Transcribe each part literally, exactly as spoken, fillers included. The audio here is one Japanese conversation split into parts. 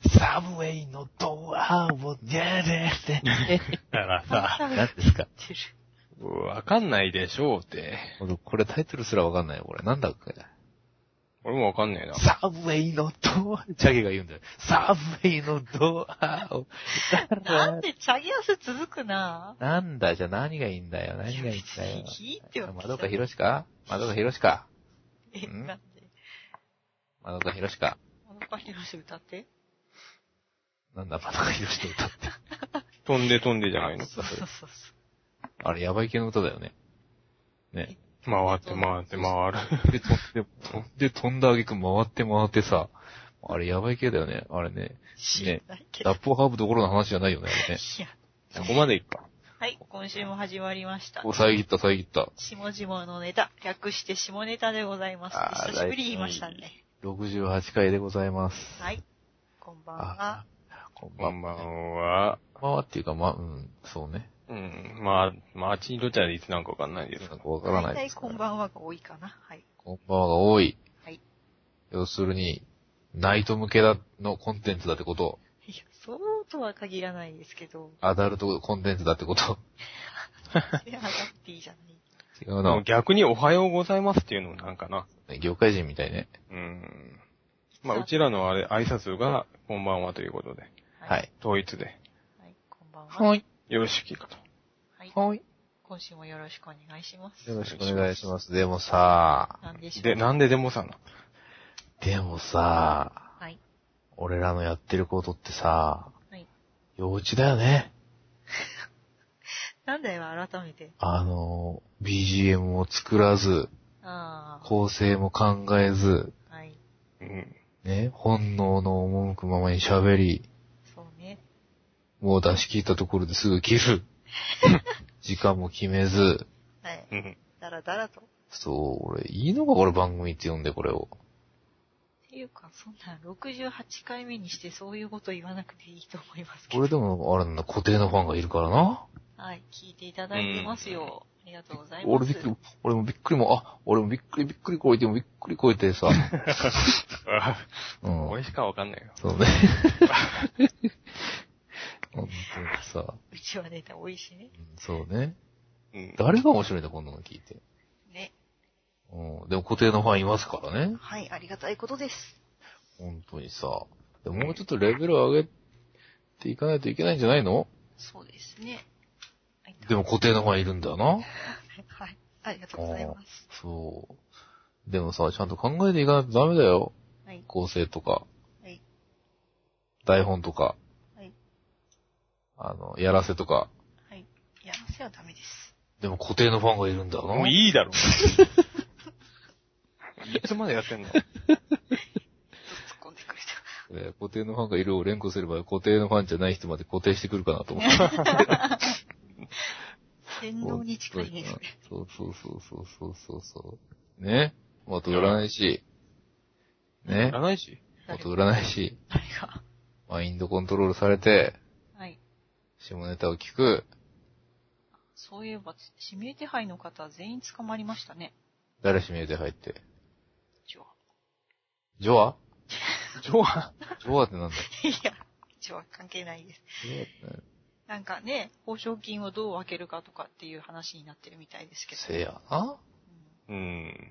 サブウェイのドアを出れて。 だからさ、 何ですか？ わかんないでしょうって。 これタイトルすらわかんないよ、これ。なんだっけ？ 俺もわかんねえな。 サブウェイのドア、チャゲが言うんだよ。サブウェイのドアを。 なんでチャゲアス続くな？ なんだ、じゃあ何がいいんだよ、何がいいんだよ。 いいってわけまどかひろしかまどかひろしかえ、なんでまどかひろしかまどかひろし歌ってなんだ、まどかひろしの歌って。 飛んで飛んでじゃないの？ そうそうそう。 あれ、やばい系の歌だよね。ね。 回って回って回る。で、飛んで、飛んで飛んだあげく回って回ってさ、あれやばい系だよね。あれね。ね。ラップをハーブどころの話じゃないよね、あれね。 いや。 そこまでいっか。 はい、今週も始まりました。 お、遮った、遮った。 下々のネタ、略して下ネタでございます。久しぶり言いましたね。 ろくじゅうはちかいでございます。 はい。こんばんは。 こんばんは。 こんばんは。 こんばんはっていうか、ま、うん、そうね。 うん。まあ、まあ、あっちにどちらでいつなんかわかんないです。 なんかわからないです。 大体こんばんはが多いかな。はい。 こんばんはが多い。 はい。 要するに、ナイト向けだのコンテンツだってこと。 いや、そうとは限らないですけど。 アダルトコンテンツだってこと。 いや、アダルティじゃない。 違うな。 逆におはようございますっていうのもなんかな。 業界人みたいね。 うん。まあ、うちらのあれ、挨拶が、こんばんはということで。 はい。 統一で。 はい、こんばんは。 はい。 よろしくかと。 はい。 はい。 今週もよろしくお願いします。 よろしくお願いします。でもさ、 なんでしょう。 で、なんででもさな。 でもさ、 はい。 俺らのやってることってさ、 はい。 幼稚だよね。 なんだよ、改めて。 あの、ビージーエム を作らず、 ああ。 構成も考えず、 はい。 うん。 ね、本能の赴くままに喋り、 そうね。 もう出し切ったところですぐ切る。時間も決めず。 はい。 うん。 だらだらと。 そう、俺、いいのかこれ番組って呼んでこれを。 っていうか、そんなろくじゅうはちかいめにしてそういうこと言わなくていいと思いますけど。 これでも、あれなんだ、固定のファンがいるからな。 はい、聞いていただいてますよ。ありがとうございます。 俺びっくり、俺もびっくりも、あ、俺もびっくりびっくり超えてもびっくり超えてさ。 うん。俺しかわかんないよ。 そうね。本当にさ。 うちはネタ多いしね。 そうね。 うん。 誰が面白いんだ、こんなの聞いて。 ね。 うん。でも固定のファンいますからね。 はい、ありがたいことです。 本当にさ。でももうちょっとレベルを上げていかないといけないんじゃないの？ そうですね。 でも固定のファンいるんだよな。 はい。ありがとうございます。 そう。でもさ、ちゃんと考えていかないとダメだよ。 はい。 構成とか。 はい。 台本とか。 はい。 あの、やらせとか。 はい。やらせはダメです。 でも固定のファンがいるんだよな。 もういいだろ。いつまでやってんの？突っ込んでくれた。固定のファンがいるを連呼すれば固定のファンじゃない人まで固定してくるかなと思って。 洗脳に近いね。 そうそうそうそうそうそうそう。ね。もっと占い師。ね。 占い師？ もっと占い師。 誰が？ マインドコントロールされて、 はい。 下ネタを聞く。 そういえば、指名手配の方全員捕まりましたね。 誰指名手配って？ ジョア。 ジョア？ ジョア？ ジョアってなんだ？ いや、ジョア関係ないです。なんかね、報奨金をどう分けるかとかっていう話になってるみたいですけど。 せやな。 うん。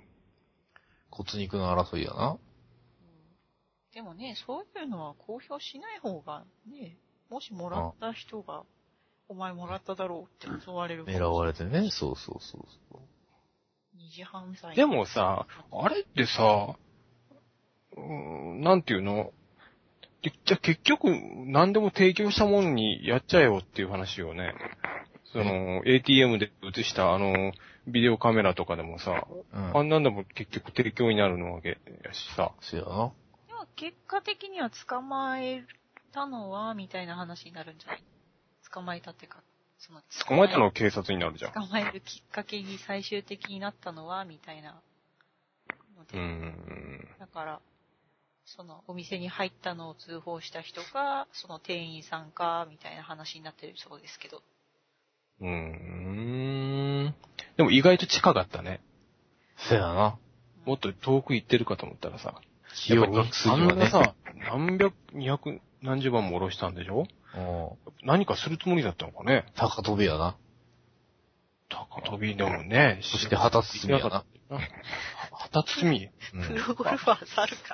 骨肉の争いやな。 でもね、そういうのは公表しない方がね、もしもらった人が、お前もらっただろうって襲われる。 狙われてね、そうそうそうそう。 二次犯罪。 でもさ、あれってさ、うーん、なんていうの？じゃ、結局、何でも提供したものにやっちゃえよっていう話よね。その、エーティーエム で映したあの、ビデオカメラとかでもさ、うん、あんなんでも結局提供になるのわけやしさ。 そうやな。 でも結果的には捕まえたのは、みたいな話になるんじゃない？捕まえたってか、その捕まえたのは警察になるじゃん。 捕まえるきっかけに最終的になったのは、みたいなので。 うーん。 だから、そのお店に入ったのを通報した人か、その店員さんか、みたいな話になってるそうですけど。 うーん。でも意外と近かったね。 そうやな。 もっと遠く行ってるかと思ったらさ。 記憶があんなさ、何百、にひゃくなんじゅうばんも下ろしたんでしょ？ うん。 何かするつもりだったのかね？ 高飛びやな。 高飛びでもね。 そして旗包みやな。 旗包み、 うん、プロゴルファー猿か。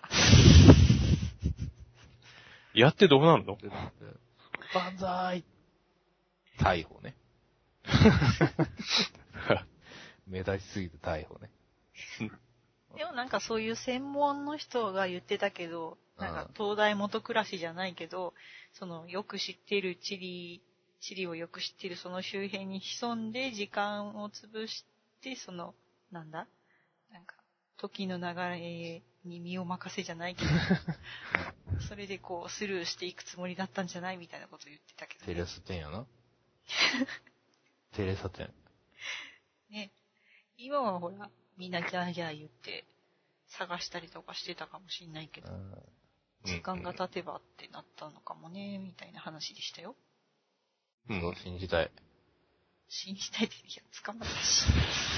やってどうなるの？ 万歳。逮捕ね。目立ちすぎて逮捕ね。 でもなんかそういう専門の人が言ってたけど、なんか東大元暮らしじゃないけど、そのよく知ってる地理、地理をよく知ってるその周辺に潜んで時間を潰して、その、なんだなんか、時の流れに身を任せじゃないけど、それでこうスルーしていくつもりだったんじゃないみたいなこと言ってたけど、ね。 テレサテンやな。テレサテン。ね。 今はほら、みんなギャーギャー言って探したりとかしてたかもしんないけど、時間が経てばってなったのかもね、みたいな話でしたよ。 うん、信じたい。 信じたいって、いや、捕まったし。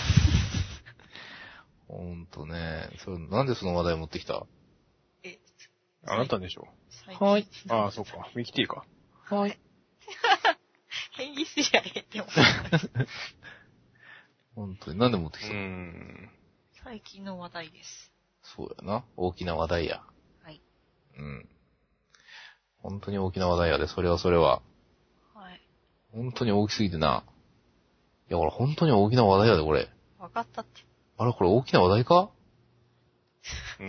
ほんとね。それ、なんでその話題持ってきた？ え、あなたでしょ。 はい。 ああ、そっか。ミキティか。 はい。 変疑すりゃええって思った。 ほんとに、なんで持ってきた？ うーん。 最近の話題です。 そうやな。大きな話題や。 はい。 うん。本当に大きな話題やで、それはそれは。 はい。 本当に大きすぎてな。いや、これ本当に大きな話題やで、これ。 わかったって。 あれ、これ大きな話題か？ うん。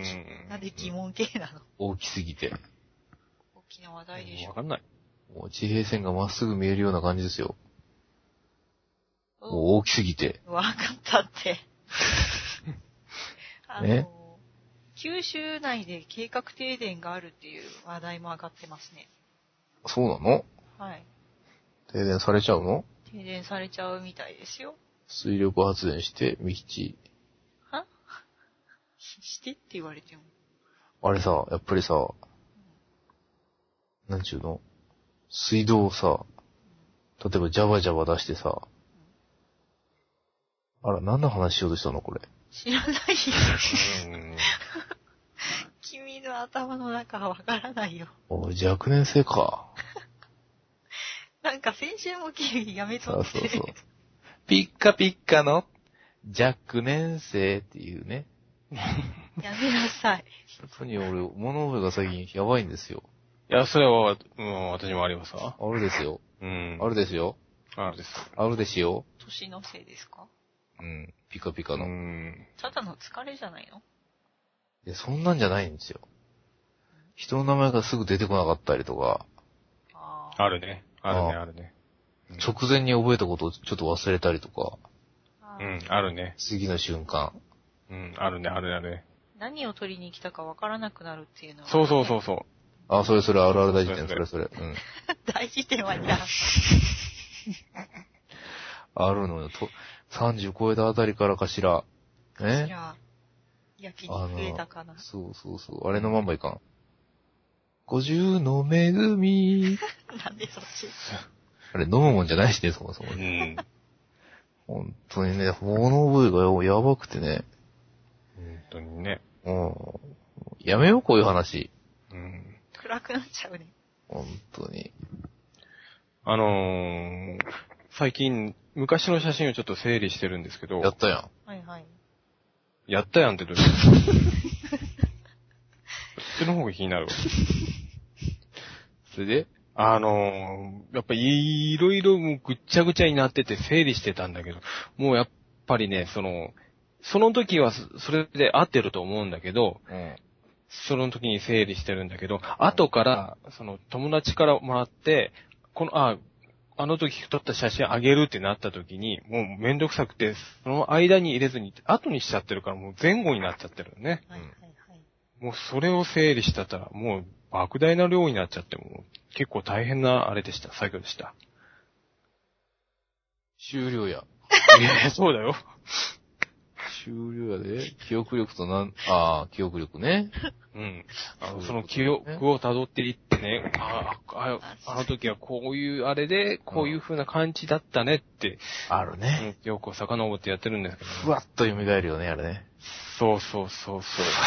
なんで疑問系なの？ 大きすぎて。 大きな話題でしょ。 わかんない。 もう地平線がまっすぐ見えるような感じですよ。もう大きすぎて。 わかったって。あの、ね、九州内で計画停電があるっていう話題も上がってますね。 そうなの？ はい。 停電されちゃうの？ 停電されちゃうみたいですよ。 水力発電して、ミキチ。 は？してって言われても。 あれさ、やっぱりさ、うん、なんちゅうの？水道をさ、例えばジャバジャバ出してさ、あら、何の話しようとしたのこれ。 知らないよ。君の頭の中はわからないよ。 おい、若年性か。 なんか先週も君やめとって。 そうそうそう。ピッカピッカの若年性っていうね。 やめなさい。 本当に俺、物覚えが最近やばいんですよ。 いや、それは、うん、私もありますわ。 あるですよ。 うん。 あるですよ。 あるです。 あるですよ。 年のせいですか？ うん。ピカピカの。 うん。 ただの疲れじゃないの？ いや、そんなんじゃないんですよ。人の名前がすぐ出てこなかったりとか。 ああ。あるね。あるね、あるね。 うん、直前に覚えたことをちょっと忘れたりとか。 うん、あるね。 次の瞬間。 うん、あるね、あるね、あるね。 何を取りに来たかわからなくなるっていうのは、ね。 そうそうそうそう。 あ、それそれ、あるある大事点、それそれ。うん。 大事点はいらん。 あるのよ。と、さんじゅう超えたあたりからかしら。ね。 いや、焼き肉増えたかな。 そうそうそう。あれのまんまいかん。ごじゅうの恵み。 なんでそっち？ あれ飲むもんじゃないしね、そもそも。 うん。 本当にね、物覚えがやばくてね。 本当にね。 うん。やめよう、こういう話。 うん。暗くなっちゃうね。 本当に。 あのー、最近、昔の写真をちょっと整理してるんですけど。 やったやん。 はいはい。 やったやんってどういうことそっちの方が気になるわ。 それであのー、やっぱりいろいろもうぐっちゃぐちゃになってて整理してたんだけど、もうやっぱりね、その、その時はそれで合ってると思うんだけど、うん、その時に整理してるんだけど、うん、後から、その友達からもらって、この、あ、あの時撮った写真あげるってなった時に、もうめんどくさくて、その間に入れずに、後にしちゃってるからもう前後になっちゃってるよね。 はいはいはい。 もうそれを整理したら、もう莫大な量になっちゃって、もう結構大変なあれでした、作業でした。 終了や。 いやいや、そうだよ。 終了やで。記憶力となん、ああ、記憶力ね。 うん。あの、その記憶を辿っていってね、ああ、あの時はこういうあれで、こういう風な感じだったねって。 あるね。 よく遡ってやってるんですけど、ね。 ふわっと蘇るよね、あれね。 そうそうそうそう。 ふわっ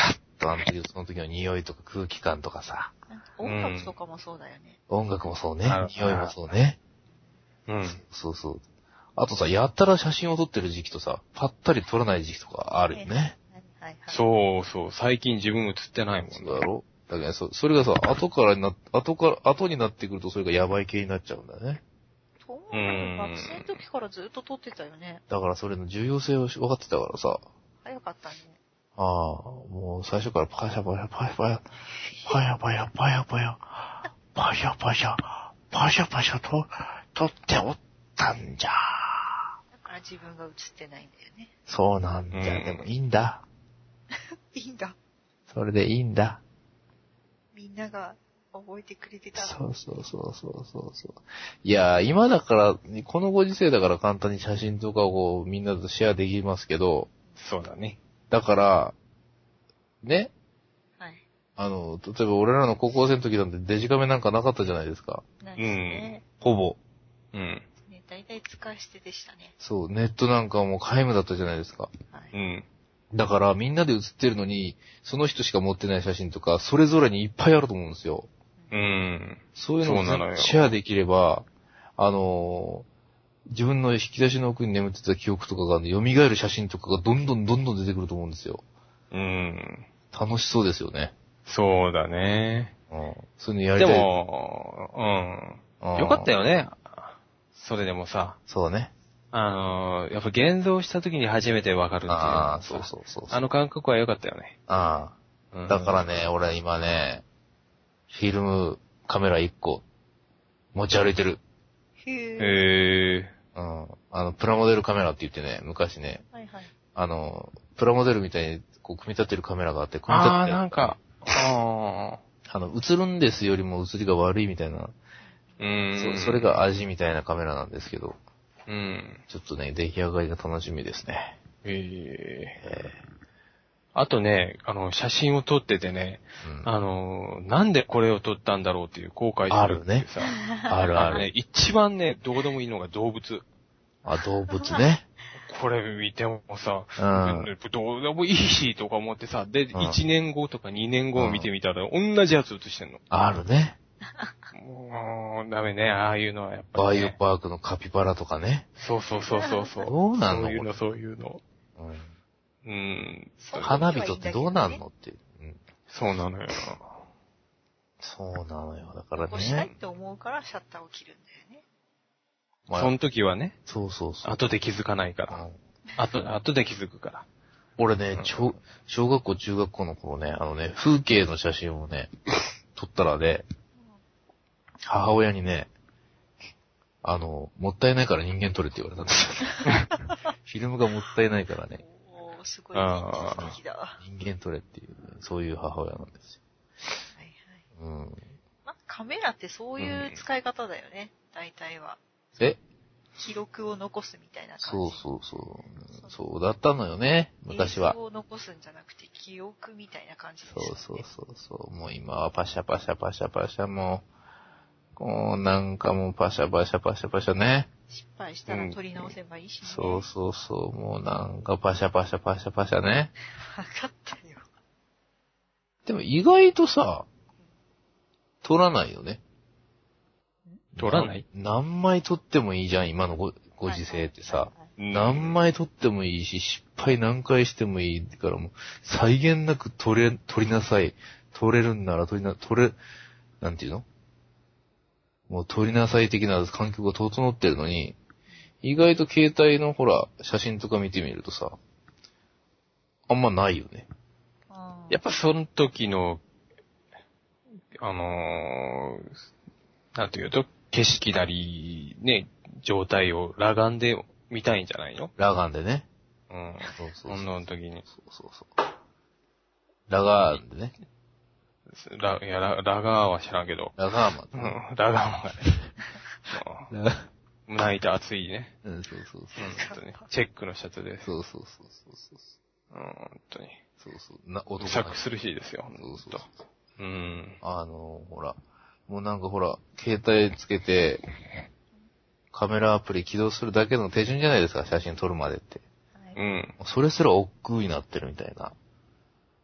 とあの時、その時の匂いとか空気感とかさ。 音楽とかもそうだよね。 音楽もそうね。 あ匂いもそうね。 うん。 そうそう。あとさ、やったら写真を撮ってる時期とさ、パッタリ撮らない時期とかあるよね。 はいはい。 そうそう。最近自分映ってないもんね。 そうだろ？だけどそ、それがさ、後からな、後から、後になってくるとそれがやばい系になっちゃうんだよね。 そう、学生の時からずっと撮ってたよね。 だからそれの重要性を分かってたからさ。 早かったね。 ああ、もう最初からパシャパシャパシャパシャ、パヤパヤパヤパヤ、パシャパシャ、パシャパシャと、撮っておったんじゃ。 だから自分が映ってないんだよね。 そうなんじゃ。 うんでもいいんだ。 いいんだ。 それでいいんだ。 みんなが覚えてくれてた。 そうそうそうそうそうそう。いやー、今だから、このご時世だから簡単に写真とかをこうみんなとシェアできますけど、 そうだね。 だから、ね、 はい。 あの、例えば俺らの高校生の時なんてデジカメなんかなかったじゃないですか。 なんですね。 ほぼ。 うん。 ね、大体使い捨てでしたね。 そう、ネットなんかも皆無だったじゃないですか。 はうい。 ん。 だからみんなで写ってるのに、その人しか持ってない写真とか、それぞれにいっぱいあると思うんですよ。 うん。 そういうのそうなのよをシェアできれば、あのー、自分の引き出しの奥に眠ってた記憶とかが、蘇る写真とかがどんどんどんどん出てくると思うんですよ。 うん。 楽しそうですよね。 そうだね。 うん。そういうのやりでたい。 も、うん。 うんよかったよね。それでもさ、 そうだね。 あのー、やっぱ現像した時に初めてわかるっていうのああ、 はさそうそうそうそう。 あの感覚は良かったよね。 ああ。 うんだからね、俺今ね、フィルムカメラいっこ持ち歩いてる。 へぇー。 へえ。 うん。あの、プラモデルカメラって言ってね、昔ね、 はいはい。 あの、プラモデルみたいにこう組み立てるカメラがあって、組み立てて。 ああ、なんか、ああの、映るんですよりも映りが悪いみたいな、 あ。うーん。 そそれが味みたいなカメラなんですけど、 うん。 ちょっとね、出来上がりが楽しみですね。 へえ。 えあとね、あの、写真を撮っててね、 ーうん、 あの、なんでこれを撮ったんだろうっていう後悔するっていうさ。 あるある。 あのね、一番ね、どうでもいいのが動物。 あ、動物ね。 これ見てもさ、 うんどうでもいいしとか思ってさ、で、 うんいちねんごとかにねんごを見てみたら、同じやつ写してんの。 あるね。 もう、ダメね、ああいうのはやっぱり、 バイオね。 パークのカピバラとかね。 そうそうそうそうそう。 どうなんのそういうの、そういうの。 うん、 うん。 花人ってどうなんのっていう、うん。 そうなのよ。 そうなのよ。だからこうしたいねっ。て思うからシャッターを切るんだよね。 まあその時はね、 そうそうそう。 後で気づかないから。 うん後、後で気づくから。 俺ね、小、小学校、中学校の頃ね、あのね、風景の写真をね、撮ったらね、母親にね、あの、もったいないから人間撮れって言われたんですよ。フィルムがもったいないからね、 おー、すごい現実的だ。は人間撮れっていう、そういう母親なんですいはい。 よ。うん。 まあ、カメラってそういう使い方だよね。大体は。 え記録を残すみたいな感じ。 そうそうそう。そうだったのよね、昔は映像。を残すんじゃなくて記憶みたいな感じですよね。 そうそうそうそう。もう今はパシャパシャパシャパシャもう、こうなんかもうパシャパシャパシャパシャね。 失敗したら撮り直せばいいしね。 そうそうそう。もうなんかパシャパシャパシャパシャね。 わかったよ。 でも意外とさ、撮らないよね。 撮らない何枚撮ってもいいじゃん、今のごご時世ってさ。 うん何枚撮ってもいいし、失敗何回してもいいからもう、際限なく撮れ、撮りなさい。撮れるんなら撮りな、撮れ、なんていうのもう撮りなさい的な環境が整ってるのに、意外と携帯のほら、写真とか見てみるとさ、あんまないよね。 やっぱその時の、あのー、なんていうと、景色なり、ね、状態を裸眼で見たいんじゃないの？ 裸眼でね。 うん。 そうそうそう。 そんな時に。 そうそうそう。裸眼でね。 ラ、いや、ラ、裸眼は知らんけど。 裸眼まうん、 で。 裸眼がね。 裸眼うん泣いて熱いね。 うん、そうそうそう。 本当に。チェックのシャツで。 そうそうそうそうそう。 うん、本当に。 そうそう。な、男サクするしいですよ。 そうそうそう。 うん。 あの、ほら、もうなんかほら、携帯つけて、カメラアプリ起動するだけの手順じゃないですか、写真撮るまでって。 うん。 それすら億劫になってるみたいな。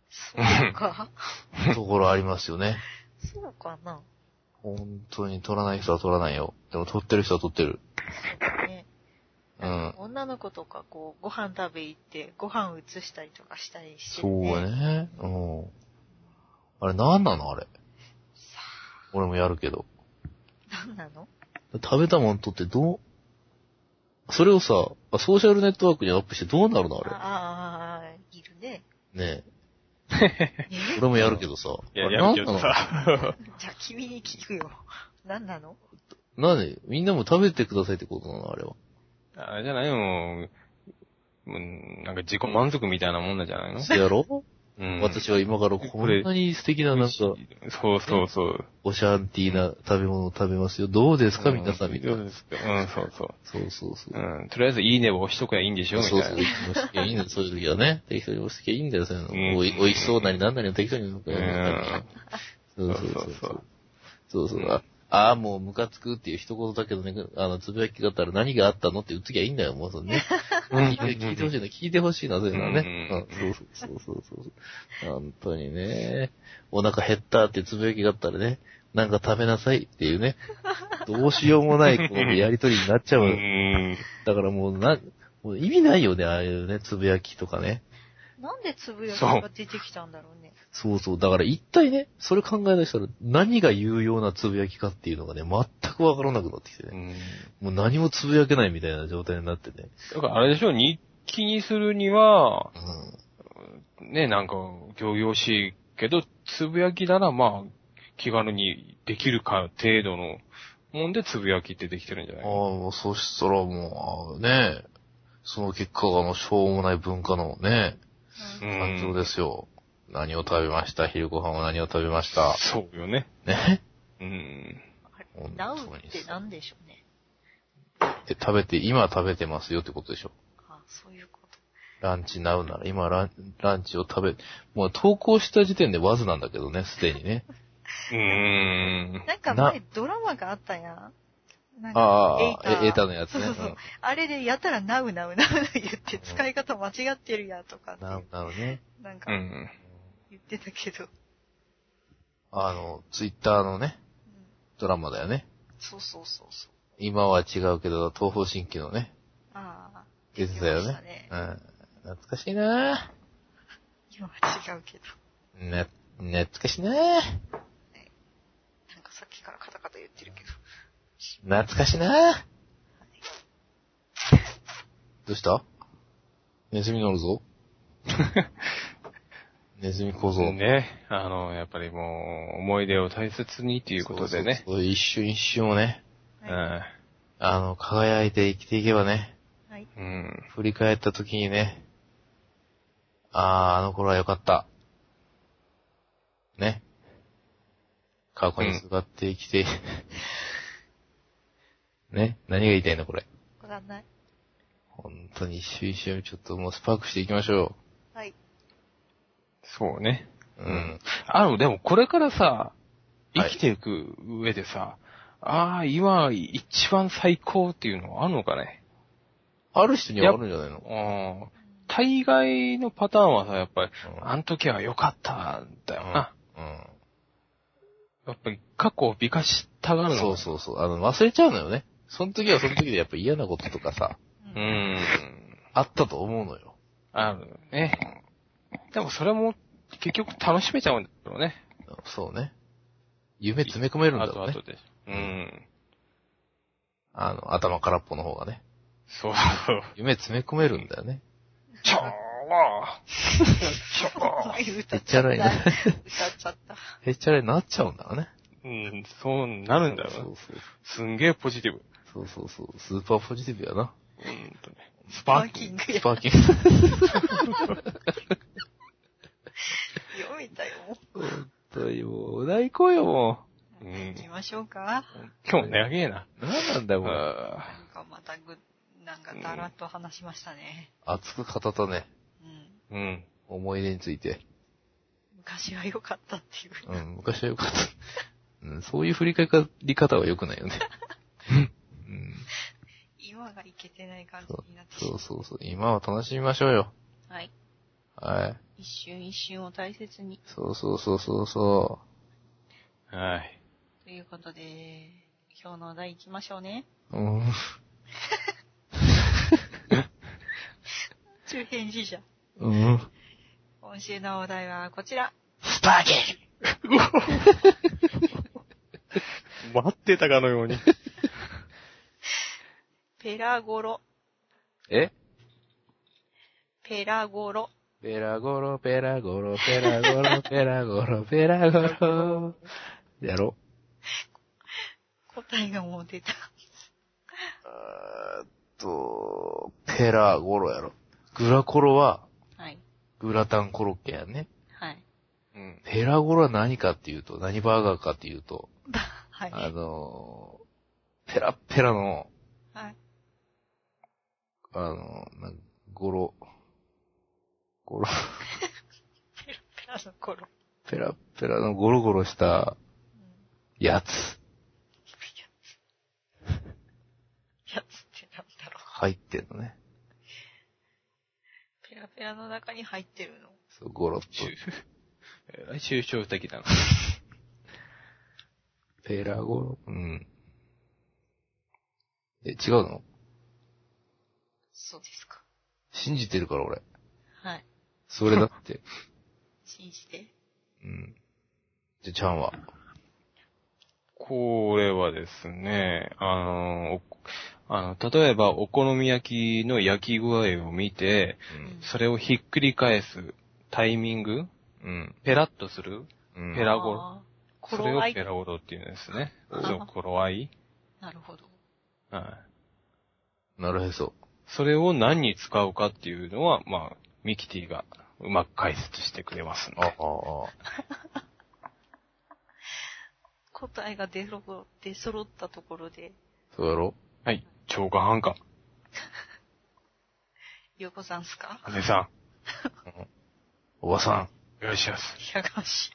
そうかところありますよね。 そうかな。 本当に取らない人は取らないよ。でも取ってる人は取ってる。 そうだね。 うん。 女の子とかこう、ご飯食べ行って、ご飯移したりとかしたりしてそうね。 ね。うん。あれなんなのあれ。俺もやるけど。 なんなの？ 食べたもん取ってどう、それをさ、ソーシャルネットワークにアップしてどうなるのあれ。 ああ、いるね。 ねえ。俺もやるけどさ。 いや、 あれやるけどなんなのさ。 じゃあ君に聞くよ。なんなの？ なんでみんなも食べてくださいってことなのあれは。 あれじゃないもう、もうなんか自己満足みたいなもんなんじゃないの？ やろうん。 私は今からこんなに素敵ななんか、 そうそうそう。 オシャンティーな食べ物を食べますよ。どうですか、 うん皆さんみたいな。 どうですか？うん、そうそう。 そうそうそう。 うん。とりあえずいいねを押しとくやいいんでしょみたいな。 そうそう。押しときゃいいんだよ。そういう時はね。適当に押しときゃいいんだよ。そういうの。 うんおい、おいしそうなりなんなりの適当に押しときゃいいんだうよ。そうそうそうそうそうそう。そうそう。ああー、もうムカつくっていう一言だけどね、あの、つぶやきがあったら何があったのって言っときゃいいんだよ、もうそのね。聞いて、聞いてほしいな、聞いてほしいな、そういうのはね。うん、そうそうそうそうそう。本当にね。お腹減ったってつぶやきがあったらね、なんか食べなさいっていうね。どうしようもない、こう、やりとりになっちゃう。 うんだからもうな、もう意味ないよね、ああいうね、つぶやきとかね。 なんでつぶやきが出てきたんだろうね。 そうそう。だから一体ね、それ考え出したら何が有用なつぶやきかっていうのがね、全くわからなくなってきてね。もう何もつぶやけないみたいな状態になってね。 だからあれでしょ、日記にするには、 うん、 ね、なんか、行々しいけど、つぶやきならまあ、気軽にできるか程度のもんでつぶやきってできてるんじゃない？ ああ、もうそしたらもう、ね、その結果がもうしょうもない文化のね、誕生ですよ。何を食べました？昼ご飯は何を食べました？ そうよね。 ね。 うん。 ナウって何でしょうね。 え、食べて、今食べてますよってことでしょ。 あ、そういうこと。 ランチナウなら、今ランランチを食べ、もう投稿した時点でわずなんだけどね、すでにね。 うーん。 なんか前ドラマがあったやん。なんかああ、 エイターエータのやつね。 そうそうそう、 うん、 あれでやたらナウナウナウナウ言って使い方間違ってるやとかって。 ナウナウね。 なんか、言ってたけど。 あの、ツイッターのね、ドラマだよね。 そうそうそうそう。 今は違うけど、東方神起のね。 ああ。 出てたよね。ね、うん。懐かしいなぁ。 今は違うけど。 ね、懐かしいなぁ。ね、 なんかさっきからカタカタ言ってるけど。 懐かしいなぁ。どうした？ネズミ乗るぞ。ネズミ小僧。 ね。あの、やっぱりもう、思い出を大切にということでね。 そうそうそう、一瞬一瞬をね。 はい、うん。 あの、輝いて生きていけばね。 はい。 うん。 振り返った時にね。あー、あの頃は良かった。ね。過去にすがって生きて、うん、ね。何が言いたいのこれ。 わかんない。 本当に一瞬一瞬ちょっともうスパークしていきましょう。 はい。 そうね。 うん。 あの、でもこれからさ、生きていく上でさ、はい、ああ、今一番最高っていうのはあるのかね？ ある人にはあるんじゃないの？ ああ。大概のパターンはさ、やっぱり、うん、あの時は良かったんだよな。うん。うん、やっぱり過去を美化したがるの。 そうそうそう。あの、忘れちゃうのよね。その時はその時でやっぱ嫌なこととかさ。 うん。 あったと思うのよ。 あるね。でもそれも結局楽しめちゃうんだろうね。 そうね。夢詰め込めるんだろうね。 あとあとで。うん。 あの、頭空っぽの方がね。 そうそう。 夢詰め込めるんだよね。 ちょーちょーへっちゃらいな。 歌っちゃった。 へっちゃらいになっちゃうんだろうね。 うん、そうなるんだよな。そうそう。すんげえポジティブ。 そうそうそう。スーパーポジティブやな。 うんとね。 スパーキングや。 スパーキング。 読みたよ、もう。 本当にもう、お題行こうよ、もう。うん。行きましょうか。 今日長えな。 何なんだよ、もう。なんかまたぐ、なんかだらっと話しましたね。 熱く語ったね。 うん。うん。 思い出について。 昔は良かったっていう。 うん、昔は良かった。うん、そういう振り返り方は良くないよね。うん、 今がいけてない感じになってそうそうそう。今は楽しみましょうよ。 はい。 はい。 一瞬一瞬を大切に。 そうそうそうそうそはい。 ということで、今日のお題行きましょうね。 う。うん。 中返事じゃん。 うん。 今週のお題はこちら。 スパゲ待ってたかのように。 ペラゴロ。 えペラゴロ。 ペラゴロ、ペラゴロ、ペラゴロ、ペラゴロ、ペラゴロ。やろ答えがもう出た。 えーっと、ペラゴロやろ。グラコロは、 はい。 グラタンコロッケやね。 はい。 うん。 ペラゴロは何かっていうと、何バーガーかっていうと、 はい。 あのー、ペラッペラの、 はい。 あのー、なんゴロ、ゴロ、 ペラペラの頃。 ペラッペラのゴロゴロしたやつ。 やつってなんだろう。 入ってんのね。 ペラペラの中に入ってるの。 そう、ゴロッと。 えらい抽象的だな。 ペラゴロ、うん。え、違うの？ そうですか。 信じてるから俺。 はい。 それだって。 信じて。 うん。じゃ、ちゃんは。 これはですね、あの、あの、例えばお好み焼きの焼き具合を見て、 うん。 それをひっくり返すタイミング、 うん。 ペラッとする、 うん。 ペラゴロ。 あーそれを頃合いペラゴロっていうんですね。 あそう、頃合い。 なるほど。 はい。 なるへそ。 それを何に使うかっていうのは、まあ、ミキティがうまく解説してくれますんで。 あ、ああ。 答えが出ろ、出揃ったところで、 そうやろ？ はい。超過半か。 よこさんすか？ 姉さおばさん。 ん、よろしくお願いします。 やがましい。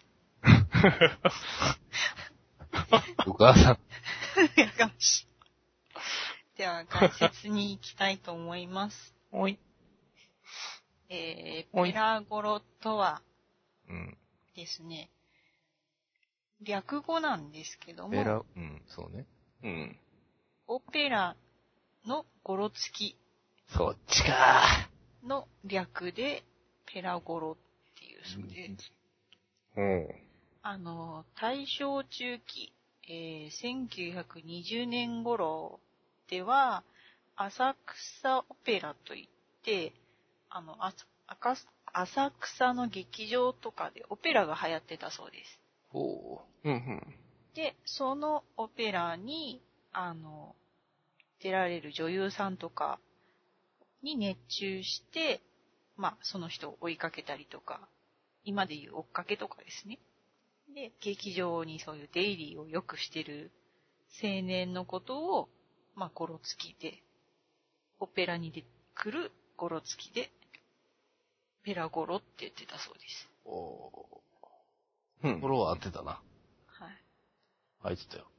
お母さん。 やがましい。では、解説に行きたいと思います。 おい。 えー、 おいペラゴロとはうん。 ですね、略語なんですけどペラ、 も、 うん、そうね。 うん。 オペラのゴロつきそっちかの略でペラゴロっていうそうで、 おう。 あの、大正中期、えー、せんきゅうひゃくにじゅうねん頃では、浅草オペラといって、あの、あ赤浅草の劇場とかでオペラが流行ってたそうです。 おう。 うんうん。 で、そのオペラに、あの、出られる女優さんとかに熱中して、まあ、その人を追いかけたりとか、今でいう追っかけとかですね。で、劇場にそういう出入りをよくしてる青年のことを、まあ、ゴロつきで、オペラに出てくるゴロつきで、ペラゴロって言ってたそうです。 おうー。これは合ってたな。 はい。 入ってたよ。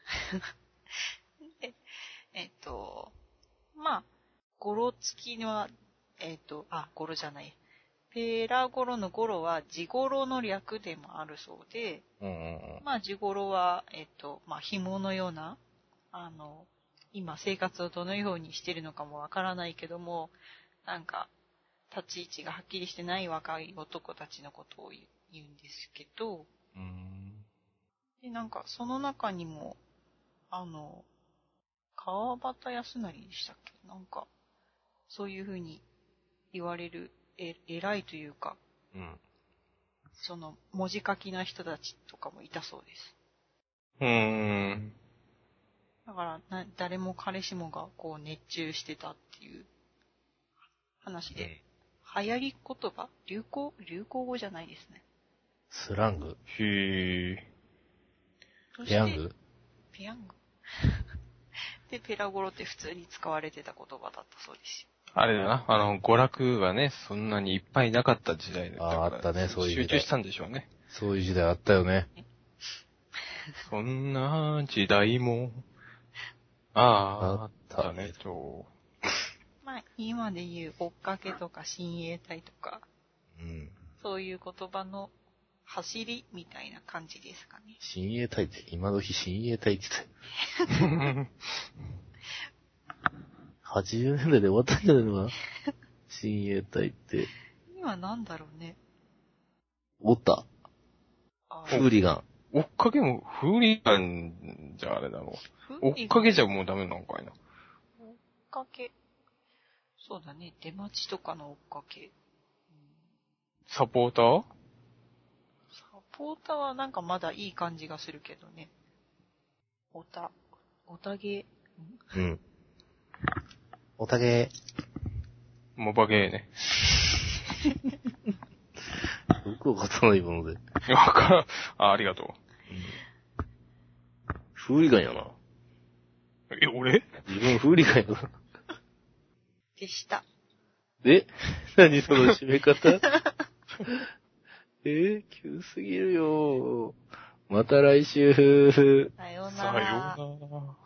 で、えっと、まあ、ゴロつきは、えっと、あ、ゴロじゃない。ペラゴロのゴロは地ゴロの略でもあるそうで、 うんうんうん。 まあ地ゴロは、えっと、まあ紐のような、あの、今生活をどのようにしてるのかもわからないけども、なんか、立ち位置がはっきりしてない若い男たちのことを言うんですけど、 うーん。 で、なんかその中にも、あの、川端康成でしたっけ？なんか、そういう風に言われる、え、偉いというか、 うん。 その、文字書きな人たちとかもいたそうです。 うーん。 だからな、誰も彼氏もがこう熱中してたっていう話で、流行り言葉流行流行語じゃないですね。 スラングへえ。 そしてペヤングペヤングで、ペラゴロって普通に使われてた言葉だったそうですよ。 あれだな、あの、娯楽がね、そんなにいっぱいなかった時代だからああったねそういう時代集中したんでしょうね。 そういう時代あったよね。 そんな時代も、ああ、あったね、と。 まあ、今で言う追っかけとか親衛隊とか、 うん。 そういう言葉の走りみたいな感じですかね。 親衛隊って、今時親衛隊って言ったよ。はちじゅうねんだいで終わったんじゃないのかな親衛隊って。 今なんだろうね。 おった。フーリガン。 追っかけも、フーリガンじゃあれだろう。追っかけじゃもうダメなんかいな。 追っかけ。そうだね。出待ちとかの追っかけ。うん、 サポーター？ サポーターはなんかまだいい感じがするけどね。おた、おたげ。 うん。おたげ。 モバゲーね。 よくわかったないもので。 わからん。あ、ありがとう。 うん、フーリガンやな。 え、俺？ 自分フーリガンやな。 でした。 え？何その締め方えー、急すぎるよ。また来週。 さようなら。 さようなら。